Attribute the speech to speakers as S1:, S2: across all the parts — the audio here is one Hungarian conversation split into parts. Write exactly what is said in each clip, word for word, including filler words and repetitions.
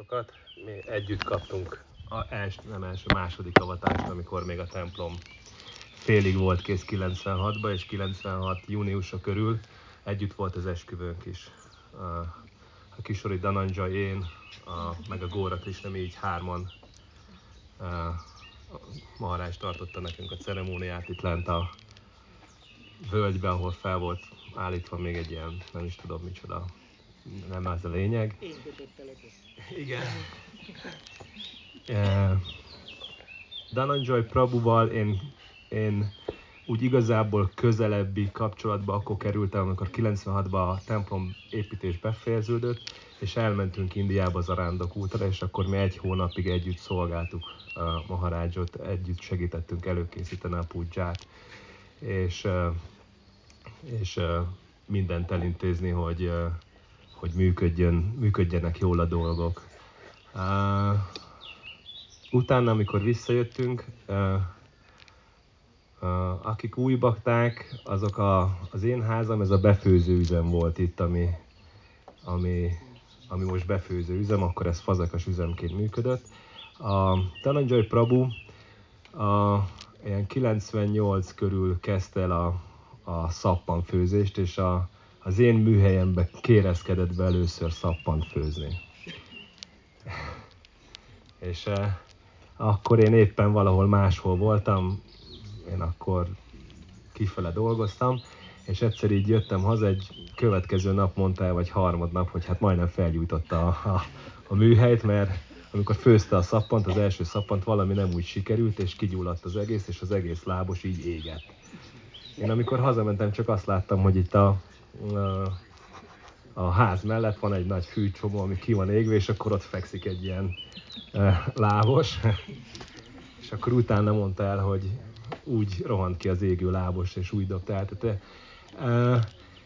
S1: avatásokat. Mi együtt kaptunk a els, nem első, második avatást, amikor még a templom félig volt kész kilencvenhatban, és kilencvenhat júniusa körül együtt volt az esküvőnk is. A Kisori Dhananjay, én, a, meg a Góra Krishna, mi így hárman a Maharaj tartotta nekünk a ceremóniát itt lent a völgyben, ahol fel volt állítva még egy ilyen, nem is tudom micsoda, nem ez a lényeg.
S2: Én kötöttelek össze.
S1: Igen. uh, Dhananjay Prabhuval én, én úgy igazából közelebbi kapcsolatba akkor kerültem, amikor kilencvenhatban a templom építés befejeződött, és elmentünk Indiába az arándok útra, és akkor mi egy hónapig együtt szolgáltuk a Maharajot, együtt segítettünk előkészíteni a pudzsát, és, és mindent elintézni, hogy, hogy működjön, működjenek jól a dolgok. Utána, amikor visszajöttünk, akik új bakták, azok a, az én házam, ez a befőző üzem volt itt, ami, ami, ami most befőző üzem, akkor ez fazekas üzemként működött. A Dhananjay Prabhu a, ilyen kilencvennyolc körül kezdte el a, a szappanfőzést, és a, az én műhelyembe kérezkedett be először szappant főzni. És eh, akkor én éppen valahol máshol voltam, én akkor kifele dolgoztam, és egyszer így jöttem haza, egy következő nap mondta el, vagy harmadnap, hogy hát majdnem felgyújtotta a, a, a műhelyt, mert amikor főzte a szappant, az első szappant valami nem úgy sikerült, és kigyulladt az egész, és az egész lábos így égett. Én amikor hazamentem, csak azt láttam, hogy itt a, a, a ház mellett van egy nagy fűcsomó, ami ki van égve, és akkor ott fekszik egy ilyen e, lábos. És akkor utána mondta el, hogy úgy rohant ki az égő lábos, és úgy dobta el. Tehát, e,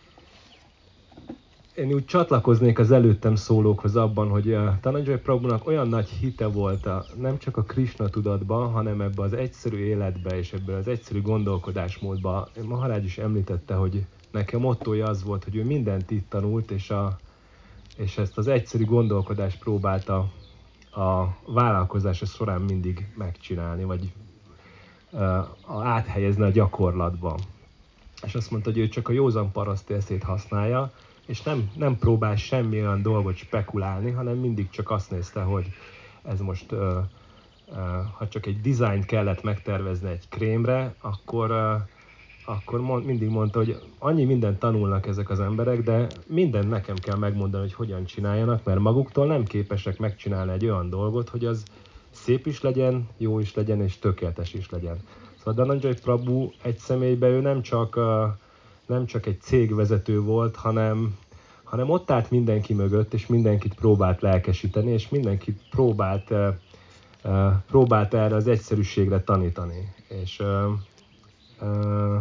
S1: én úgy csatlakoznék az előttem szólókhoz abban, hogy a Dhananjay Prabhunak olyan nagy hite volt a, nem csak a Krishna tudatban, hanem ebbe az egyszerű életbe és ebbe az egyszerű gondolkodásmódba. Maharaj is említette, hogy nekem mottója az volt, hogy ő mindent itt tanult, és, a, és ezt az egyszerű gondolkodást próbálta a vállalkozása során mindig megcsinálni, vagy uh, áthelyezni a gyakorlatba. És azt mondta, hogy ő csak a józan paraszti eszét használja, és nem, nem próbál semmi olyan dolgot spekulálni, hanem mindig csak azt nézte, hogy ez most, uh, uh, ha csak egy dizájnt kellett megtervezni egy krémre, akkor, uh, akkor mond, mindig mondta, hogy annyi mindent tanulnak ezek az emberek, de mindent nekem kell megmondani, hogy hogyan csináljanak, mert maguktól nem képesek megcsinálni egy olyan dolgot, hogy az szép is legyen, jó is legyen, és tökéletes is legyen. Szóval Dhananjay Prabhu egy személyben ő nem csak, uh, nem csak egy cégvezető volt, hanem, hanem ott állt mindenki mögött, és mindenkit próbált lelkesíteni, és mindenkit próbált, uh, uh, próbált erre az egyszerűségre tanítani. És uh, uh,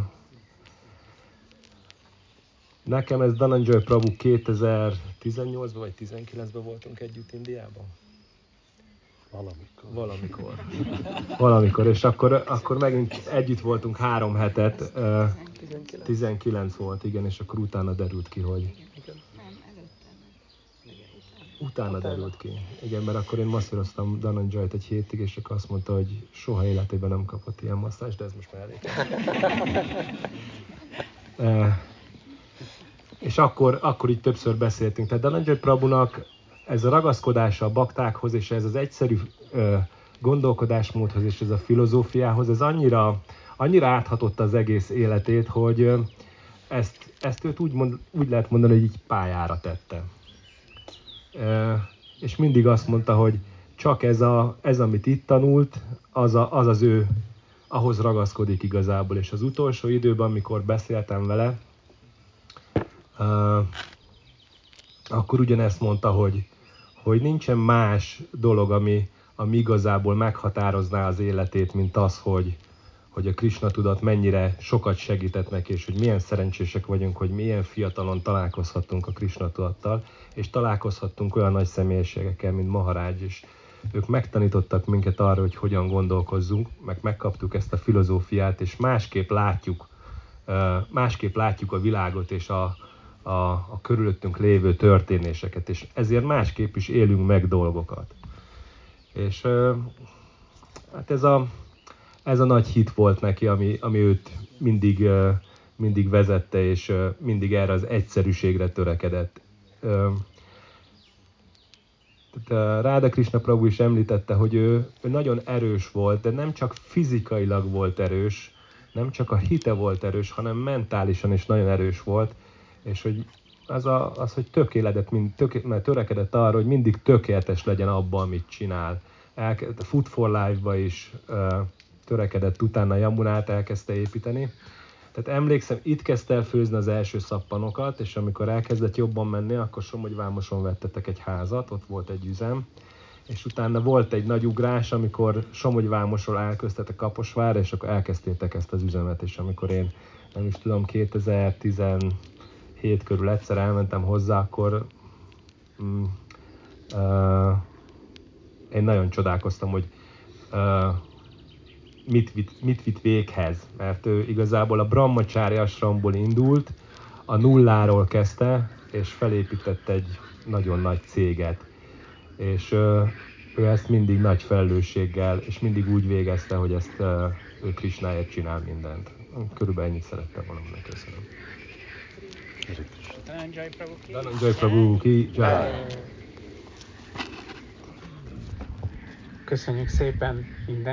S1: nekem ez Dhananjay Prabhu kétezer-tizennyolcban vagy tizenkilencben voltunk együtt Indiában.
S3: Valamikor.
S1: Valamikor. Valamikor, és akkor, akkor megint együtt voltunk három hetet. Uh, tizenkilenc volt, igen, és akkor utána derült ki, hogy...
S2: Igen.
S4: Nem, előtte. Igen,
S1: utána. Utána derült ki. Igen, mert akkor én masszíroztam Dhananjayt egy hétig, és akkor azt mondta, hogy soha életében nem kapott ilyen masszást, de ez most már elég. uh, és akkor, akkor így többször beszéltünk. Tehát Dhananjay Prabhunak ez a ragaszkodása a baktákhoz, és ez az egyszerű uh, gondolkodásmódhoz, és ez a filozófiához, ez annyira, annyira áthatotta az egész életét, hogy uh, ezt, ezt őt úgy, mond, úgy lehet mondani, hogy így pályára tette. Uh, és mindig azt mondta, hogy csak ez, a, ez amit itt tanult, az, a, az az ő, ahhoz ragaszkodik igazából. És az utolsó időben, amikor beszéltem vele, uh, akkor ugyanezt mondta, hogy, hogy nincsen más dolog, ami, ami igazából meghatározná az életét, mint az, hogy, hogy a Krishna tudat mennyire sokat segített neki, és hogy milyen szerencsések vagyunk, hogy milyen fiatalon találkozhattunk a Krishna tudattal, és találkozhattunk olyan nagy személyiségekkel, mint Maharaj is. Ők megtanítottak minket arra, hogy hogyan gondolkozzunk, meg megkaptuk ezt a filozófiát, és másképp látjuk, másképp látjuk a világot és a, a, a körülöttünk lévő történéseket, és ezért másképp is élünk meg dolgokat. És hát ez a, ez a nagy hit volt neki, ami, ami őt mindig, mindig vezette, és mindig erre az egyszerűségre törekedett. Tehát Ráda Krishna Prabhu is említette, hogy ő, ő nagyon erős volt, de nem csak fizikailag volt erős, nem csak a hite volt erős, hanem mentálisan is nagyon erős volt, és hogy az, a, az hogy tökéletet, mind, töké, mert törekedett arra, hogy mindig tökéletes legyen abban, amit csinál. Elke, a Food for Life-ba is uh, törekedett, utána Yamunát elkezdte építeni. Tehát emlékszem, itt kezdte el főzni az első szappanokat, és amikor elkezdett jobban menni, akkor Somogyvámoson vettetek egy házat, ott volt egy üzem, és utána volt egy nagy ugrás, amikor Somogyvámosról elköztetek Kaposvárra, és akkor elkezdtétek ezt az üzemet, és amikor én nem is tudom, kétezer-tizenhét körül egyszer elmentem hozzá, akkor mm, uh, én nagyon csodálkoztam, hogy uh, mit vitt, mit vitt véghez, mert ő igazából a Brahmacsári Ashramból indult, a nulláról kezdte, és felépített egy nagyon nagy céget. És uh, ő ezt mindig nagy felelősséggel, és mindig úgy végezte, hogy ezt uh, ő Krishnáért csinál mindent. Körülbelül ennyit szerettem volna mondani. Köszönöm.
S2: Dhananjay Prabhu ki.
S1: Dhananjay Prabhu ki jai.
S2: Köszönjük szépen minden